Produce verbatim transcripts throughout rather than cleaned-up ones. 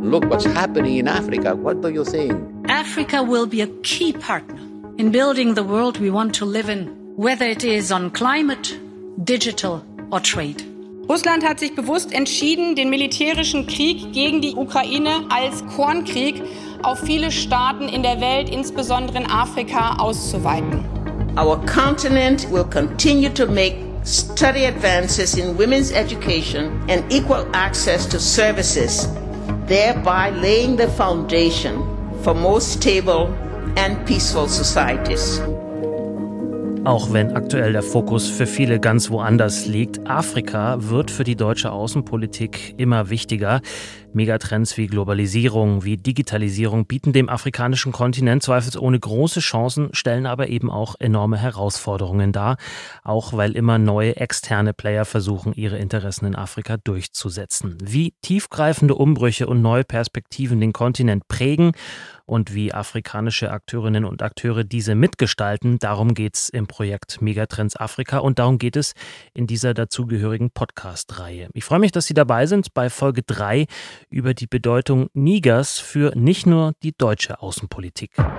look what's happening in Africa. What do you think? Africa will be a key partner in building the world we want to live in, whether it is on climate, digital or trade. Russland hat sich bewusst entschieden, den militärischen Krieg gegen die Ukraine als Kornkrieg auf viele Staaten in der Welt, insbesondere in Afrika, auszuweiten. Our continent will continue to make steady advances in women's education and equal access to services, thereby laying the foundation for more stable and peaceful societies. Auch wenn aktuell der Fokus für viele ganz woanders liegt, Afrika wird für die deutsche Außenpolitik immer wichtiger. Megatrends wie Globalisierung, wie Digitalisierung bieten dem afrikanischen Kontinent zweifelsohne große Chancen, stellen aber eben auch enorme Herausforderungen dar, auch weil immer neue externe Player versuchen, ihre Interessen in Afrika durchzusetzen. Wie tiefgreifende Umbrüche und neue Perspektiven den Kontinent prägen und wie afrikanische Akteurinnen und Akteure diese mitgestalten, darum geht es im Projekt Megatrends Afrika und darum geht es in dieser dazugehörigen Podcast-Reihe. Ich freue mich, dass Sie dabei sind bei Folge drei über die Bedeutung Nigers für nicht nur die deutsche Außenpolitik. Ich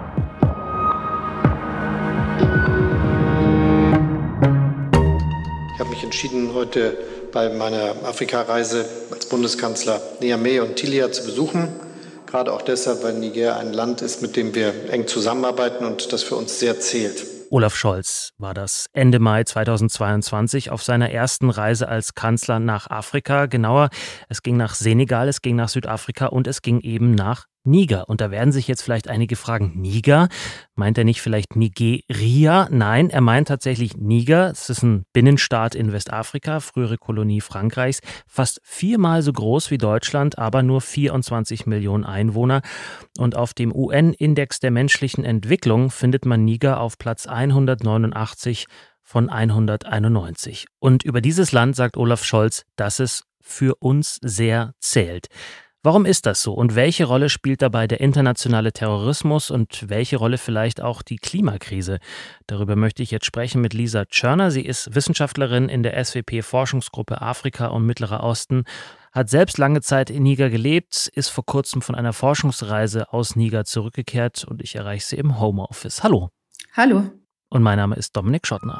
habe mich entschieden, heute bei meiner Afrikareise als Bundeskanzler Niamey und Tilia zu besuchen. Gerade auch deshalb, weil Niger ein Land ist, mit dem wir eng zusammenarbeiten und das für uns sehr zählt. Olaf Scholz war das Ende Mai zweitausendzweiundzwanzig auf seiner ersten Reise als Kanzler nach Afrika. Genauer, es ging nach Senegal, es ging nach Südafrika und es ging eben nach Niger. Und da werden sich jetzt vielleicht einige fragen, Niger? Meint er nicht vielleicht Nigeria? Nein, er meint tatsächlich Niger. Es ist ein Binnenstaat in Westafrika, frühere Kolonie Frankreichs, fast viermal so groß wie Deutschland, aber nur vierundzwanzig Millionen Einwohner. Und auf dem U N-Index der menschlichen Entwicklung findet man Niger auf Platz hundertneunundachtzig von hunderteinundneunzig. Und über dieses Land sagt Olaf Scholz, dass es für uns sehr zählt. Warum ist das so und welche Rolle spielt dabei der internationale Terrorismus und welche Rolle vielleicht auch die Klimakrise? Darüber möchte ich jetzt sprechen mit Lisa Tschörner. Sie ist Wissenschaftlerin in der S W P-Forschungsgruppe Afrika und Mittlerer Osten, hat selbst lange Zeit in Niger gelebt, ist vor kurzem von einer Forschungsreise aus Niger zurückgekehrt und ich erreiche sie im Homeoffice. Hallo. Hallo. Und mein Name ist Dominik Schottner.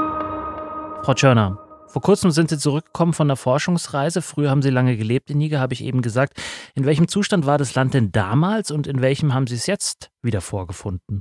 Frau Tschörner, vor kurzem sind Sie zurückgekommen von der Forschungsreise. Früher haben Sie lange gelebt in Niger, habe ich eben gesagt. In welchem Zustand war das Land denn damals und in welchem haben Sie es jetzt wieder vorgefunden?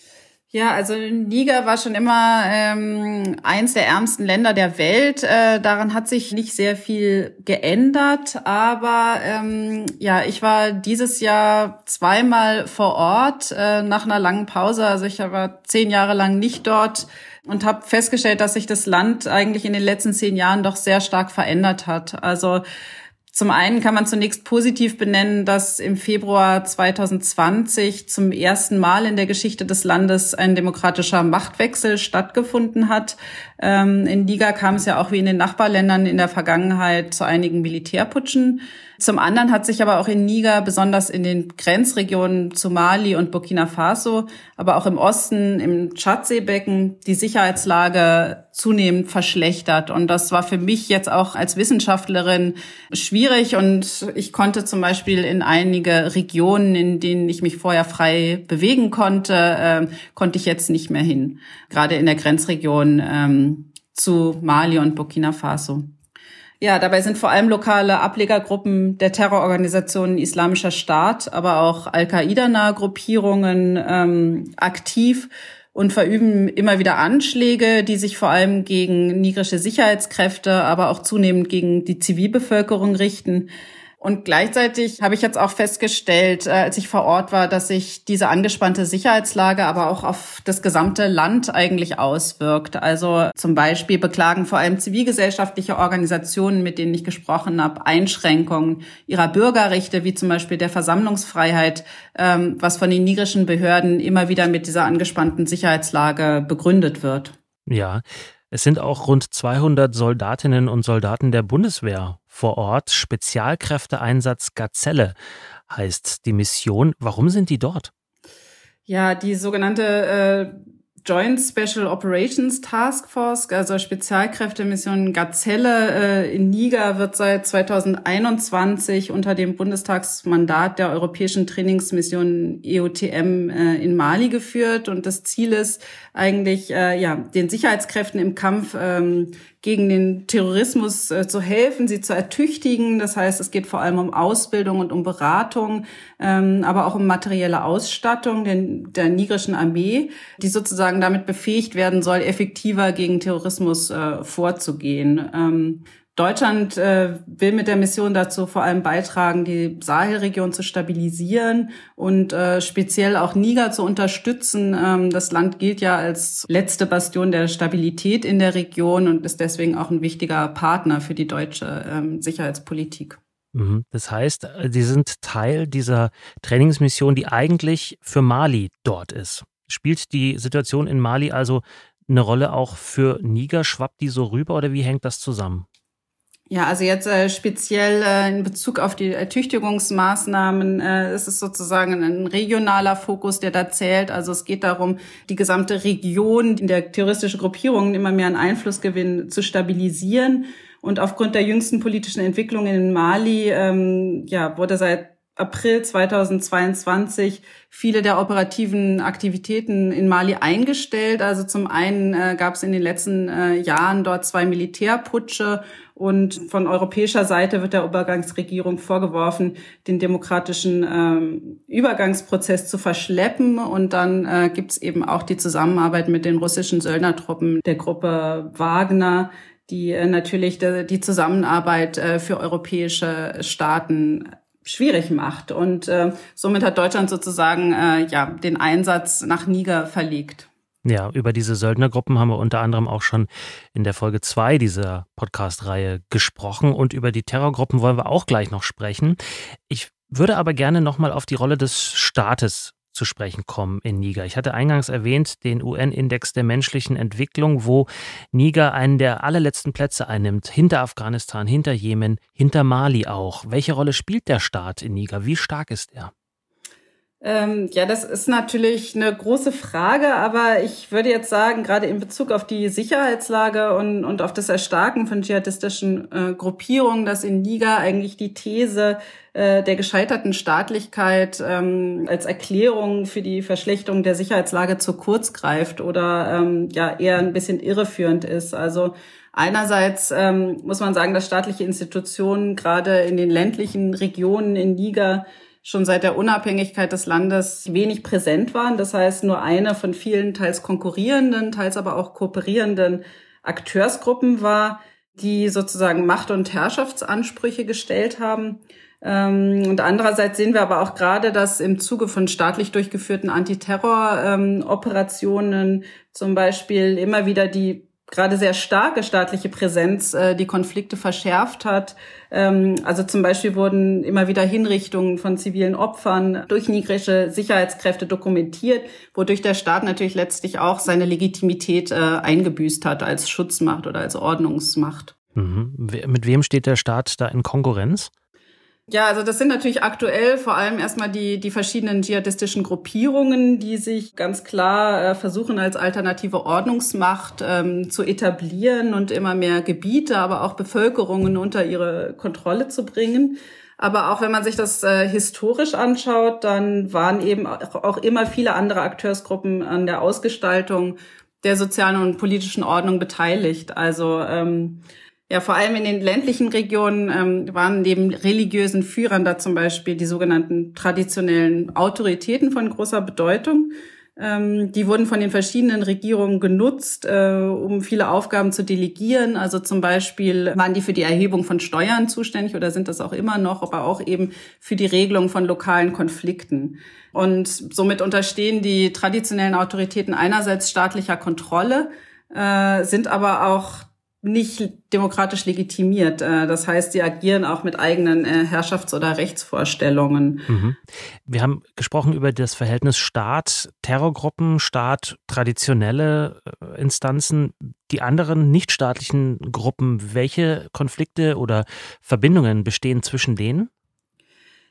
Ja, also Niger war schon immer ähm, eins der ärmsten Länder der Welt. Äh, daran hat sich nicht sehr viel geändert. Aber ähm, ja, ich war dieses Jahr zweimal vor Ort äh, nach einer langen Pause. Also ich war zehn Jahre lang nicht dort und habe festgestellt, dass sich das Land eigentlich in den letzten zehn Jahren doch sehr stark verändert hat. Also zum einen kann man zunächst positiv benennen, dass im Februar zweitausendzwanzig zum ersten Mal in der Geschichte des Landes ein demokratischer Machtwechsel stattgefunden hat. Ähm, in Niger kam es ja auch wie in den Nachbarländern in der Vergangenheit zu einigen Militärputschen. Zum anderen hat sich aber auch in Niger, besonders in den Grenzregionen zu Mali und Burkina Faso, aber auch im Osten, im Tschadseebecken, die Sicherheitslage zunehmend verschlechtert. Und das war für mich jetzt auch als Wissenschaftlerin schwierig. Und ich konnte zum Beispiel in einige Regionen, in denen ich mich vorher frei bewegen konnte, äh, konnte ich jetzt nicht mehr hin. Gerade in der Grenzregion ähm, zu Mali und Burkina Faso. Ja, dabei sind vor allem lokale Ablegergruppen der Terrororganisationen Islamischer Staat, aber auch Al-Qaida-nahe Gruppierungen ähm, aktiv und verüben immer wieder Anschläge, die sich vor allem gegen nigerische Sicherheitskräfte, aber auch zunehmend gegen die Zivilbevölkerung richten. Und gleichzeitig habe ich jetzt auch festgestellt, als ich vor Ort war, dass sich diese angespannte Sicherheitslage aber auch auf das gesamte Land eigentlich auswirkt. Also zum Beispiel beklagen vor allem zivilgesellschaftliche Organisationen, mit denen ich gesprochen habe, Einschränkungen ihrer Bürgerrechte, wie zum Beispiel der Versammlungsfreiheit, was von den nigerischen Behörden immer wieder mit dieser angespannten Sicherheitslage begründet wird. Ja, es sind auch rund zweihundert Soldatinnen und Soldaten der Bundeswehr vor Ort. Spezialkräfteeinsatz Gazelle heißt die Mission. Warum sind die dort? Ja, die sogenannte äh, Joint Special Operations Task Force, also Spezialkräftemission Gazelle äh, in Niger, wird seit zweitausendeinundzwanzig unter dem Bundestagsmandat der Europäischen Trainingsmission E U T M äh, in Mali geführt. Und das Ziel ist eigentlich, äh, ja, den Sicherheitskräften im Kampf ähm, gegen den Terrorismus äh, zu helfen, sie zu ertüchtigen. Das heißt, es geht vor allem um Ausbildung und um Beratung, ähm, aber auch um materielle Ausstattung der, der nigerischen Armee, die sozusagen damit befähigt werden soll, effektiver gegen Terrorismus äh, vorzugehen. Ähm, Deutschland äh, will mit der Mission dazu vor allem beitragen, die Sahelregion zu stabilisieren und äh, speziell auch Niger zu unterstützen. Ähm, das Land gilt ja als letzte Bastion der Stabilität in der Region und ist deswegen auch ein wichtiger Partner für die deutsche ähm, Sicherheitspolitik. Das heißt, Sie sind Teil dieser Trainingsmission, die eigentlich für Mali dort ist. Spielt die Situation in Mali also eine Rolle auch für Niger? Schwappt die so rüber oder wie hängt das zusammen? Ja, also jetzt äh, speziell äh, in Bezug auf die Ertüchtigungsmaßnahmen äh, ist es sozusagen ein regionaler Fokus, der da zählt. Also es geht darum, die gesamte Region, in der terroristische Gruppierungen immer mehr an Einfluss gewinnen, zu stabilisieren. Und aufgrund der jüngsten politischen Entwicklungen in Mali ähm, ja, wurde seit April zweitausendzweiundzwanzig viele der operativen Aktivitäten in Mali eingestellt. Also zum einen äh, gab es in den letzten äh, Jahren dort zwei Militärputsche und von europäischer Seite wird der Übergangsregierung vorgeworfen, den demokratischen ähm, Übergangsprozess zu verschleppen. Und dann äh, gibt es eben auch die Zusammenarbeit mit den russischen Söldnertruppen der Gruppe Wagner, die äh, natürlich de, die Zusammenarbeit äh, für europäische Staaten schwierig macht. Und äh, somit hat Deutschland sozusagen äh, ja den Einsatz nach Niger verlegt. Ja, über diese Söldnergruppen haben wir unter anderem auch schon in der Folge zwei dieser Podcast-Reihe gesprochen und über die Terrorgruppen wollen wir auch gleich noch sprechen. Ich würde aber gerne nochmal auf die Rolle des Staates zu sprechen kommen in Niger. Ich hatte eingangs erwähnt den U N-Index der menschlichen Entwicklung, wo Niger einen der allerletzten Plätze einnimmt, hinter Afghanistan, hinter Jemen, hinter Mali auch. Welche Rolle spielt der Staat in Niger? Wie stark ist er? Ähm, ja, das ist natürlich eine große Frage, aber ich würde jetzt sagen, gerade in Bezug auf die Sicherheitslage und, und auf das Erstarken von dschihadistischen äh, Gruppierungen, dass in Niger eigentlich die These äh, der gescheiterten Staatlichkeit ähm, als Erklärung für die Verschlechterung der Sicherheitslage zu kurz greift oder ähm, ja eher ein bisschen irreführend ist. Also einerseits ähm, muss man sagen, dass staatliche Institutionen gerade in den ländlichen Regionen in Niger schon seit der Unabhängigkeit des Landes wenig präsent waren. Das heißt, nur eine von vielen teils konkurrierenden, teils aber auch kooperierenden Akteursgruppen war, die sozusagen Macht- und Herrschaftsansprüche gestellt haben. Und andererseits sehen wir aber auch gerade, dass im Zuge von staatlich durchgeführten Antiterror-Operationen zum Beispiel immer wieder die gerade sehr starke staatliche Präsenz äh, die Konflikte verschärft hat. Ähm, also zum Beispiel wurden immer wieder Hinrichtungen von zivilen Opfern durch nigerische Sicherheitskräfte dokumentiert, wodurch der Staat natürlich letztlich auch seine Legitimität äh, eingebüßt hat als Schutzmacht oder als Ordnungsmacht. Mhm. Mit wem steht der Staat da in Konkurrenz? Ja, also das sind natürlich aktuell vor allem erstmal die die verschiedenen dschihadistischen Gruppierungen, die sich ganz klar äh, versuchen, als alternative Ordnungsmacht ähm, zu etablieren und immer mehr Gebiete, aber auch Bevölkerungen unter ihre Kontrolle zu bringen. Aber auch wenn man sich das äh, historisch anschaut, dann waren eben auch, auch immer viele andere Akteursgruppen an der Ausgestaltung der sozialen und politischen Ordnung beteiligt. Also ähm, Ja, vor allem in den ländlichen Regionen ähm, waren neben religiösen Führern da zum Beispiel die sogenannten traditionellen Autoritäten von großer Bedeutung. Ähm, die wurden von den verschiedenen Regierungen genutzt, äh, um viele Aufgaben zu delegieren. Also zum Beispiel waren die für die Erhebung von Steuern zuständig oder sind das auch immer noch, aber auch eben für die Regelung von lokalen Konflikten. Und somit unterstehen die traditionellen Autoritäten einerseits staatlicher Kontrolle, äh, sind aber auch nicht demokratisch legitimiert. Das heißt, sie agieren auch mit eigenen Herrschafts- oder Rechtsvorstellungen. Mhm. Wir haben gesprochen über das Verhältnis Staat, Terrorgruppen, Staat, traditionelle Instanzen. Die anderen nichtstaatlichen Gruppen, welche Konflikte oder Verbindungen bestehen zwischen denen?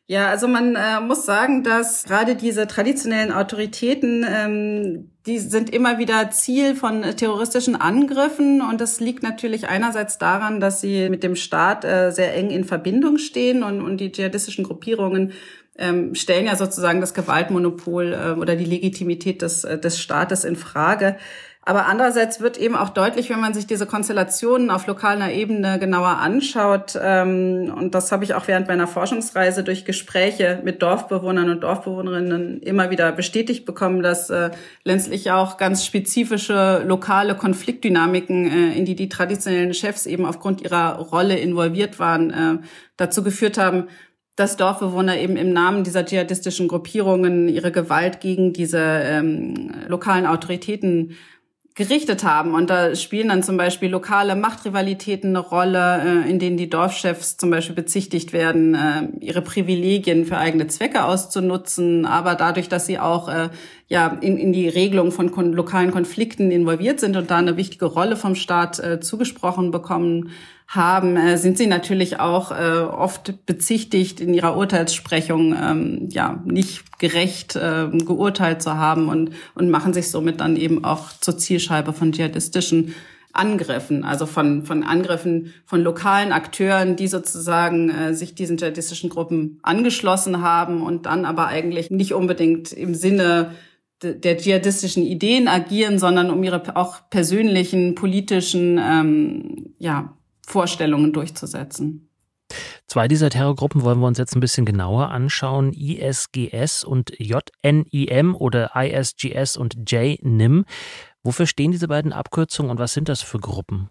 Ja, also man äh, muss sagen, dass gerade diese traditionellen Autoritäten, ähm, die sind immer wieder Ziel von äh, terroristischen Angriffen. Und das liegt natürlich einerseits daran, dass sie mit dem Staat äh, sehr eng in Verbindung stehen. Und, und die dschihadistischen Gruppierungen ähm, stellen ja sozusagen das Gewaltmonopol äh, oder die Legitimität des, äh, des Staates in Frage. Aber andererseits wird eben auch deutlich, wenn man sich diese Konstellationen auf lokaler Ebene genauer anschaut, ähm, und das habe ich auch während meiner Forschungsreise durch Gespräche mit Dorfbewohnern und Dorfbewohnerinnen immer wieder bestätigt bekommen, dass äh, letztlich auch ganz spezifische lokale Konfliktdynamiken, äh, in die die traditionellen Chefs eben aufgrund ihrer Rolle involviert waren, äh, dazu geführt haben, dass Dorfbewohner eben im Namen dieser dschihadistischen Gruppierungen ihre Gewalt gegen diese ähm, lokalen Autoritäten gerichtet haben. Und da spielen dann zum Beispiel lokale Machtrivalitäten eine Rolle, in denen die Dorfchefs zum Beispiel bezichtigt werden, ihre Privilegien für eigene Zwecke auszunutzen, aber dadurch, dass sie auch ja in, in die Regelung von kon- lokalen Konflikten involviert sind und da eine wichtige Rolle vom Staat äh, zugesprochen bekommen haben, äh, sind sie natürlich auch äh, oft bezichtigt, in ihrer Urteilssprechung ähm, ja nicht gerecht äh, geurteilt zu haben und und machen sich somit dann eben auch zur Zielscheibe von dschihadistischen Angriffen, also von von Angriffen von lokalen Akteuren, die sozusagen äh, sich diesen dschihadistischen Gruppen angeschlossen haben und dann aber eigentlich nicht unbedingt im Sinne der dschihadistischen Ideen agieren, sondern um ihre auch persönlichen politischen ähm, ja, Vorstellungen durchzusetzen. Zwei dieser Terrorgruppen wollen wir uns jetzt ein bisschen genauer anschauen. I S G S und J N I M oder I S G S und J N I M. Wofür stehen diese beiden Abkürzungen und was sind das für Gruppen?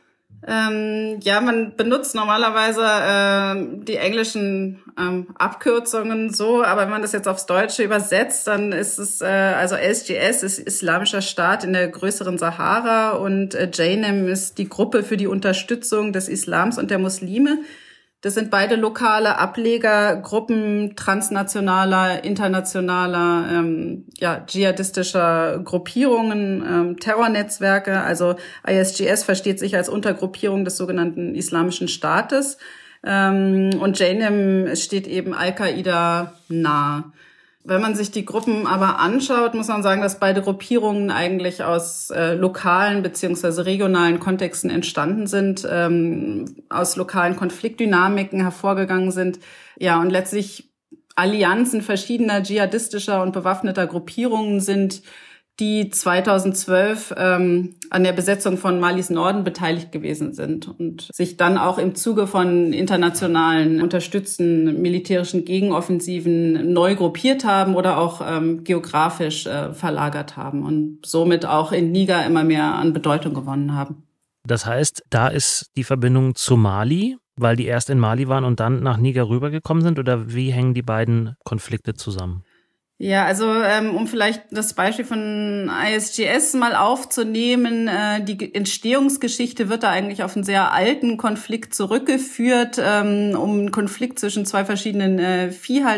Ähm, ja, man benutzt normalerweise äh, die englischen ähm, Abkürzungen so, aber wenn man das jetzt aufs Deutsche übersetzt, dann ist es, äh, also I S G S ist Islamischer Staat in der größeren Sahara und äh, J N I M ist die Gruppe für die Unterstützung des Islams und der Muslime. Das sind beide lokale Ablegergruppen transnationaler, internationaler, ähm, ja, dschihadistischer Gruppierungen, ähm, Terrornetzwerke. Also I S G S versteht sich als Untergruppierung des sogenannten Islamischen Staates. Ähm, und J N I M steht eben Al-Qaida nah. Wenn man sich die Gruppen aber anschaut, muss man sagen, dass beide Gruppierungen eigentlich aus äh, lokalen beziehungsweise regionalen Kontexten entstanden sind, ähm, aus lokalen Konfliktdynamiken hervorgegangen sind, ja, und letztlich Allianzen verschiedener dschihadistischer und bewaffneter Gruppierungen sind, die zweitausendzwölf ähm, an der Besetzung von Malis Norden beteiligt gewesen sind und sich dann auch im Zuge von internationalen unterstützten militärischen Gegenoffensiven neu gruppiert haben oder auch ähm, geografisch äh, verlagert haben und somit auch in Niger immer mehr an Bedeutung gewonnen haben. Das heißt, da ist die Verbindung zu Mali, weil die erst in Mali waren und dann nach Niger rübergekommen sind, oder wie hängen die beiden Konflikte zusammen? Ja, also ähm, um vielleicht das Beispiel von I S G S mal aufzunehmen, äh, die Entstehungsgeschichte wird da eigentlich auf einen sehr alten Konflikt zurückgeführt, ähm, um einen Konflikt zwischen zwei verschiedenen äh,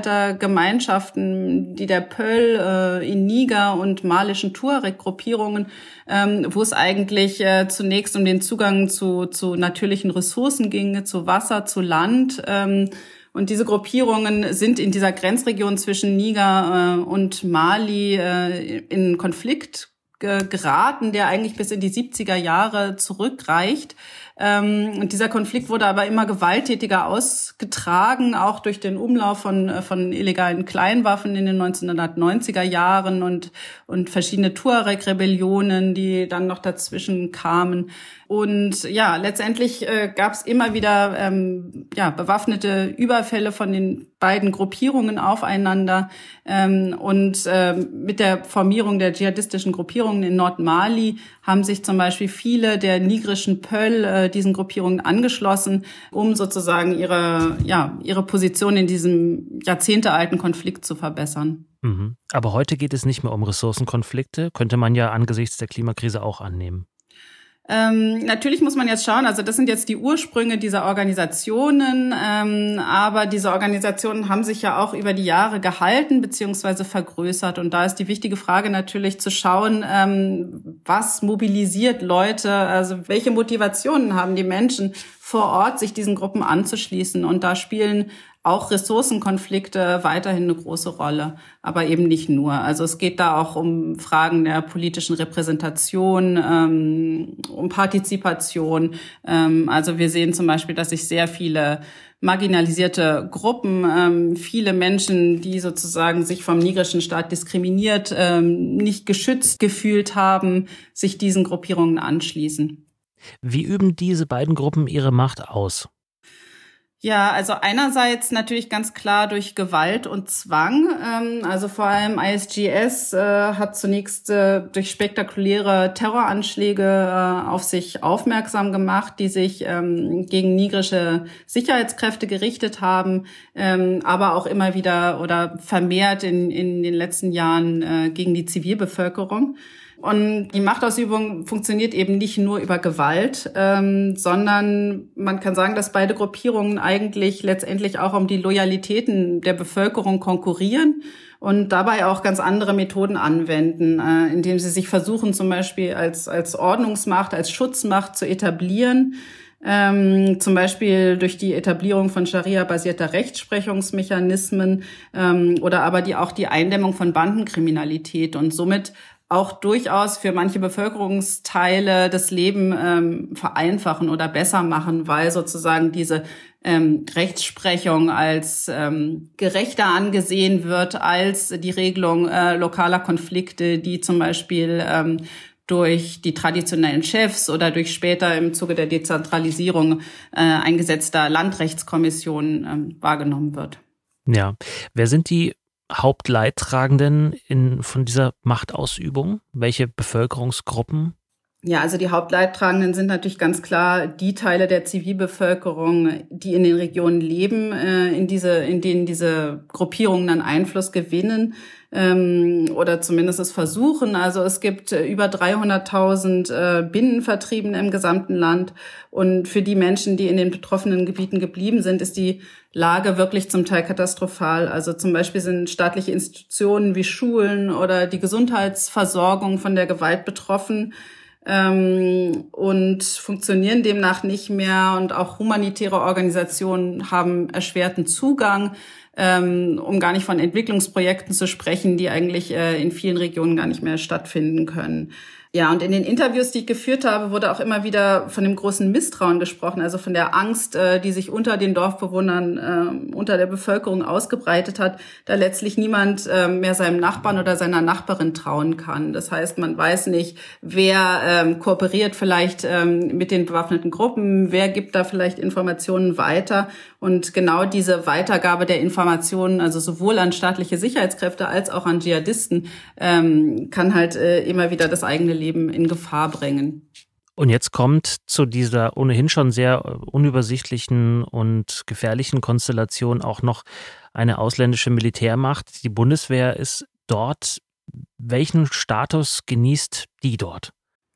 Viehhaltergemeinschaften, die der Peul äh, in Niger und malischen Tuareg-Gruppierungen, ähm, wo es eigentlich äh, zunächst um den Zugang zu, zu natürlichen Ressourcen ging, zu Wasser, zu Land. Ähm, Und diese Gruppierungen sind in dieser Grenzregion zwischen Niger äh, und Mali äh, in Konflikt ge- geraten, der eigentlich bis in die siebziger Jahre zurückreicht. Ähm, und dieser Konflikt wurde aber immer gewalttätiger ausgetragen, auch durch den Umlauf von, von illegalen Kleinwaffen in den neunzehnhundertneunziger Jahren und, und verschiedene Tuareg-Rebellionen, die dann noch dazwischen kamen. Und ja, letztendlich äh, gab es immer wieder ähm, ja bewaffnete Überfälle von den beiden Gruppierungen aufeinander. Ähm, und äh, mit der Formierung der dschihadistischen Gruppierungen in Nordmali haben sich zum Beispiel viele der nigerischen Peul äh, diesen Gruppierungen angeschlossen, um sozusagen ihre ja ihre Position in diesem jahrzehntealten Konflikt zu verbessern. Mhm. Aber heute geht es nicht mehr um Ressourcenkonflikte, könnte man ja angesichts der Klimakrise auch annehmen. Ähm, natürlich muss man jetzt schauen, also das sind jetzt die Ursprünge dieser Organisationen, ähm, aber diese Organisationen haben sich ja auch über die Jahre gehalten beziehungsweise vergrößert, und da ist die wichtige Frage natürlich zu schauen, ähm, was mobilisiert Leute, also welche Motivationen haben die Menschen vor Ort, sich diesen Gruppen anzuschließen, und da spielen auch Ressourcenkonflikte weiterhin eine große Rolle, aber eben nicht nur. Also es geht da auch um Fragen der politischen Repräsentation, ähm, um Partizipation. Ähm, also wir sehen zum Beispiel, dass sich sehr viele marginalisierte Gruppen, ähm, viele Menschen, die sozusagen sich vom nigerischen Staat diskriminiert, ähm, nicht geschützt gefühlt haben, sich diesen Gruppierungen anschließen. Wie üben diese beiden Gruppen ihre Macht aus? Ja, also einerseits natürlich ganz klar durch Gewalt und Zwang. Ähm, also vor allem I S G S äh, hat zunächst äh, durch spektakuläre Terroranschläge äh, auf sich aufmerksam gemacht, die sich ähm, gegen nigerische Sicherheitskräfte gerichtet haben, ähm, aber auch immer wieder oder vermehrt in, in den letzten Jahren äh, gegen die Zivilbevölkerung. Und die Machtausübung funktioniert eben nicht nur über Gewalt, ähm, sondern man kann sagen, dass beide Gruppierungen eigentlich letztendlich auch um die Loyalitäten der Bevölkerung konkurrieren und dabei auch ganz andere Methoden anwenden, äh, indem sie sich versuchen, zum Beispiel als, als Ordnungsmacht, als Schutzmacht zu etablieren. Ähm, zum Beispiel durch die Etablierung von Scharia-basierter Rechtsprechungsmechanismen ähm, oder aber die auch die Eindämmung von Bandenkriminalität und somit auch durchaus für manche Bevölkerungsteile das Leben ähm, vereinfachen oder besser machen, weil sozusagen diese ähm, Rechtsprechung als ähm, gerechter angesehen wird als die Regelung äh, lokaler Konflikte, die zum Beispiel ähm, durch die traditionellen Chefs oder durch später im Zuge der Dezentralisierung äh, eingesetzter Landrechtskommissionen ähm, wahrgenommen wird. Ja, wer sind die Hauptleidtragenden in, von dieser Machtausübung? Welche Bevölkerungsgruppen? Ja, also die Hauptleidtragenden sind natürlich ganz klar die Teile der Zivilbevölkerung, die in den Regionen leben, äh, in diese, in denen diese Gruppierungen dann Einfluss gewinnen ähm, oder zumindest es versuchen. Also es gibt äh, über dreihunderttausend äh, Binnenvertriebene im gesamten Land und für die Menschen, die in den betroffenen Gebieten geblieben sind, ist die Lage wirklich zum Teil katastrophal. Also zum Beispiel sind staatliche Institutionen wie Schulen oder die Gesundheitsversorgung von der Gewalt betroffen ähm, und funktionieren demnach nicht mehr. Und auch humanitäre Organisationen haben erschwerten Zugang, ähm, um gar nicht von Entwicklungsprojekten zu sprechen, die eigentlich äh, in vielen Regionen gar nicht mehr stattfinden können. Ja, und in den Interviews, die ich geführt habe, wurde auch immer wieder von dem großen Misstrauen gesprochen, also von der Angst, äh, die sich unter den Dorfbewohnern, äh, unter der Bevölkerung ausgebreitet hat, da letztlich niemand äh, mehr seinem Nachbarn oder seiner Nachbarin trauen kann. Das heißt, man weiß nicht, wer ähm, kooperiert vielleicht ähm, mit den bewaffneten Gruppen, wer gibt da vielleicht Informationen weiter. Und genau diese Weitergabe der Informationen, also sowohl an staatliche Sicherheitskräfte als auch an Dschihadisten, ähm, kann halt äh, immer wieder das eigene Leben in Gefahr bringen. Und jetzt kommt zu dieser ohnehin schon sehr unübersichtlichen und gefährlichen Konstellation auch noch eine ausländische Militärmacht. Die Bundeswehr ist dort. Welchen Status genießt die dort?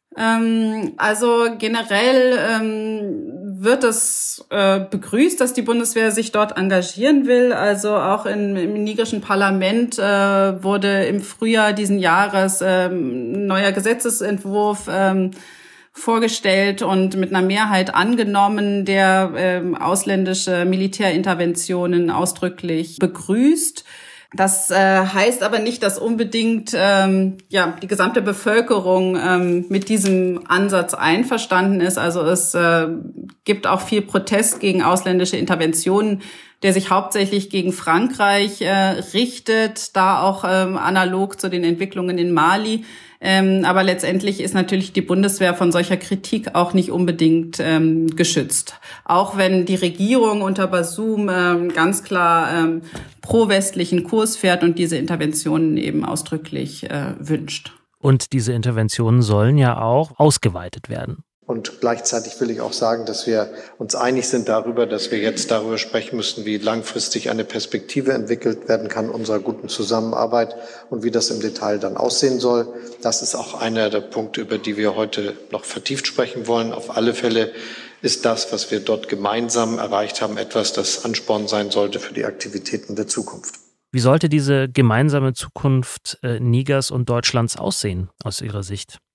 Ähm, also generell ähm, wird es äh, begrüßt, dass die Bundeswehr sich dort engagieren will. Also auch in, im nigerischen Parlament äh, wurde im Frühjahr diesen Jahres ähm, ein neuer Gesetzesentwurf ähm, vorgestellt und mit einer Mehrheit angenommen, der ähm, ausländische Militärinterventionen ausdrücklich begrüßt. Das äh, heißt aber nicht, dass unbedingt ähm, ja die gesamte Bevölkerung ähm, mit diesem Ansatz einverstanden ist. Also es äh, gibt auch viel Protest gegen ausländische Interventionen, der sich hauptsächlich gegen Frankreich äh, richtet, da auch ähm, analog zu den Entwicklungen in Mali. Ähm, aber letztendlich ist natürlich die Bundeswehr von solcher Kritik auch nicht unbedingt ähm, geschützt. Auch wenn die Regierung unter Bazoum ähm, ganz klar ähm, pro-westlichen Kurs fährt und diese Interventionen eben ausdrücklich äh, wünscht. Und diese Interventionen sollen ja auch ausgeweitet werden. Und gleichzeitig will ich auch sagen, dass wir uns einig sind darüber, dass wir jetzt darüber sprechen müssen, wie langfristig eine Perspektive entwickelt werden kann unserer guten Zusammenarbeit und wie das im Detail dann aussehen soll. Das ist auch einer der Punkte, über die wir heute noch vertieft sprechen wollen. Auf alle Fälle ist das, was wir dort gemeinsam erreicht haben, etwas, das Ansporn sein sollte für die Aktivitäten der Zukunft. Wie sollte diese gemeinsame Zukunft äh, Nigers und Deutschlands aussehen, aus Ihrer Sicht?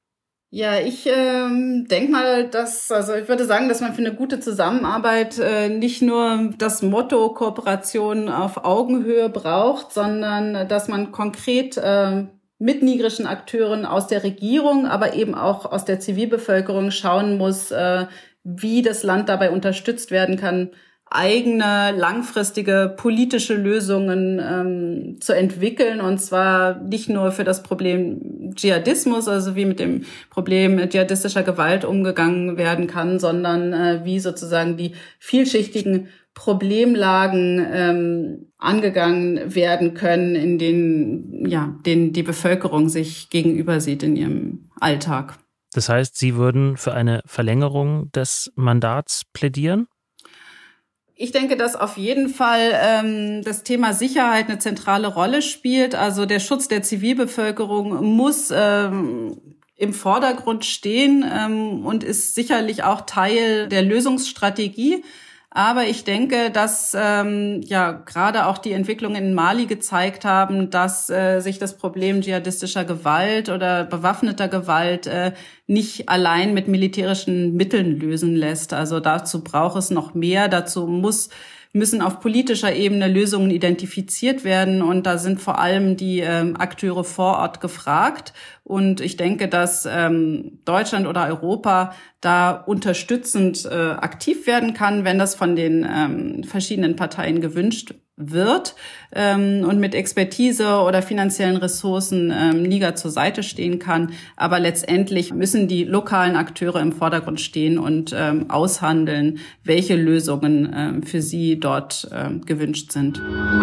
Ja, ich ähm, denke mal, dass, also ich würde sagen, dass man für eine gute Zusammenarbeit äh, nicht nur das Motto Kooperation auf Augenhöhe braucht, sondern dass man konkret äh, mit nigerischen Akteuren aus der Regierung, aber eben auch aus der Zivilbevölkerung schauen muss, äh, wie das Land dabei unterstützt werden kann, eigene langfristige politische Lösungen ähm, zu entwickeln, und zwar nicht nur für das Problem Dschihadismus, also wie mit dem Problem dschihadistischer Gewalt umgegangen werden kann, sondern äh, wie sozusagen die vielschichtigen Problemlagen ähm, angegangen werden können, in denen ja, denen die Bevölkerung sich gegenüber sieht in ihrem Alltag. Das heißt, Sie würden für eine Verlängerung des Mandats plädieren? Ich denke, dass auf jeden Fall ähm, das Thema Sicherheit eine zentrale Rolle spielt. Also der Schutz der Zivilbevölkerung muss ähm, im Vordergrund stehen ähm, und ist sicherlich auch Teil der Lösungsstrategie. Aber ich denke, dass ähm, ja gerade auch die Entwicklungen in Mali gezeigt haben, dass äh, sich das Problem dschihadistischer Gewalt oder bewaffneter Gewalt äh, nicht allein mit militärischen Mitteln lösen lässt. Also dazu braucht es noch mehr. Dazu muss müssen auf politischer Ebene Lösungen identifiziert werden, und da sind vor allem die ähm, Akteure vor Ort gefragt. Und ich denke, dass ähm, Deutschland oder Europa da unterstützend äh, aktiv werden kann, wenn das von den ähm, verschiedenen Parteien gewünscht wird, ähm, und mit Expertise oder finanziellen Ressourcen ähm, Niger zur Seite stehen kann. Aber letztendlich müssen die lokalen Akteure im Vordergrund stehen und ähm, aushandeln, welche Lösungen ähm, für sie dort ähm, gewünscht sind.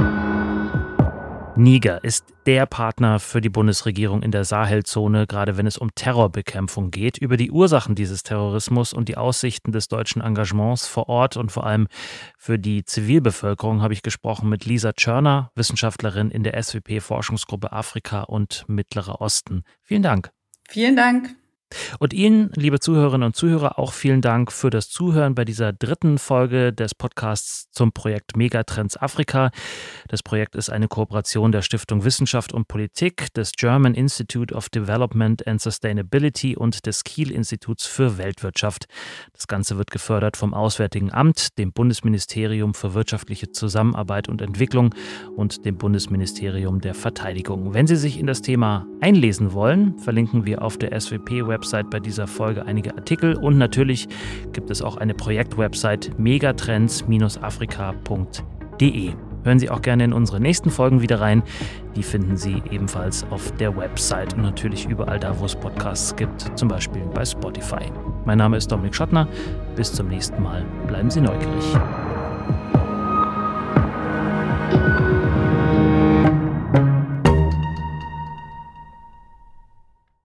Niger ist der Partner für die Bundesregierung in der Sahelzone, gerade wenn es um Terrorbekämpfung geht. Über die Ursachen dieses Terrorismus und die Aussichten des deutschen Engagements vor Ort und vor allem für die Zivilbevölkerung habe ich gesprochen mit Lisa Tschörner, Wissenschaftlerin in der S W P-Forschungsgruppe Afrika und Mittlerer Osten. Vielen Dank. Vielen Dank. Und Ihnen, liebe Zuhörerinnen und Zuhörer, auch vielen Dank für das Zuhören bei dieser dritten Folge des Podcasts zum Projekt Megatrends Afrika. Das Projekt ist eine Kooperation der Stiftung Wissenschaft und Politik, des German Institute of Development and Sustainability und des Kiel-Instituts für Weltwirtschaft. Das Ganze wird gefördert vom Auswärtigen Amt, dem Bundesministerium für wirtschaftliche Zusammenarbeit und Entwicklung und dem Bundesministerium der Verteidigung. Wenn Sie sich in das Thema einlesen wollen, verlinken wir auf der S W P-Website bei dieser Folge einige Artikel, und natürlich gibt es auch eine Projektwebsite megatrends Afrika punkt de. Hören Sie auch gerne in unsere nächsten Folgen wieder rein. Die finden Sie ebenfalls auf der Website und natürlich überall da, wo es Podcasts gibt, zum Beispiel bei Spotify. Mein Name ist Dominik Schottner. Bis zum nächsten Mal. Bleiben Sie neugierig.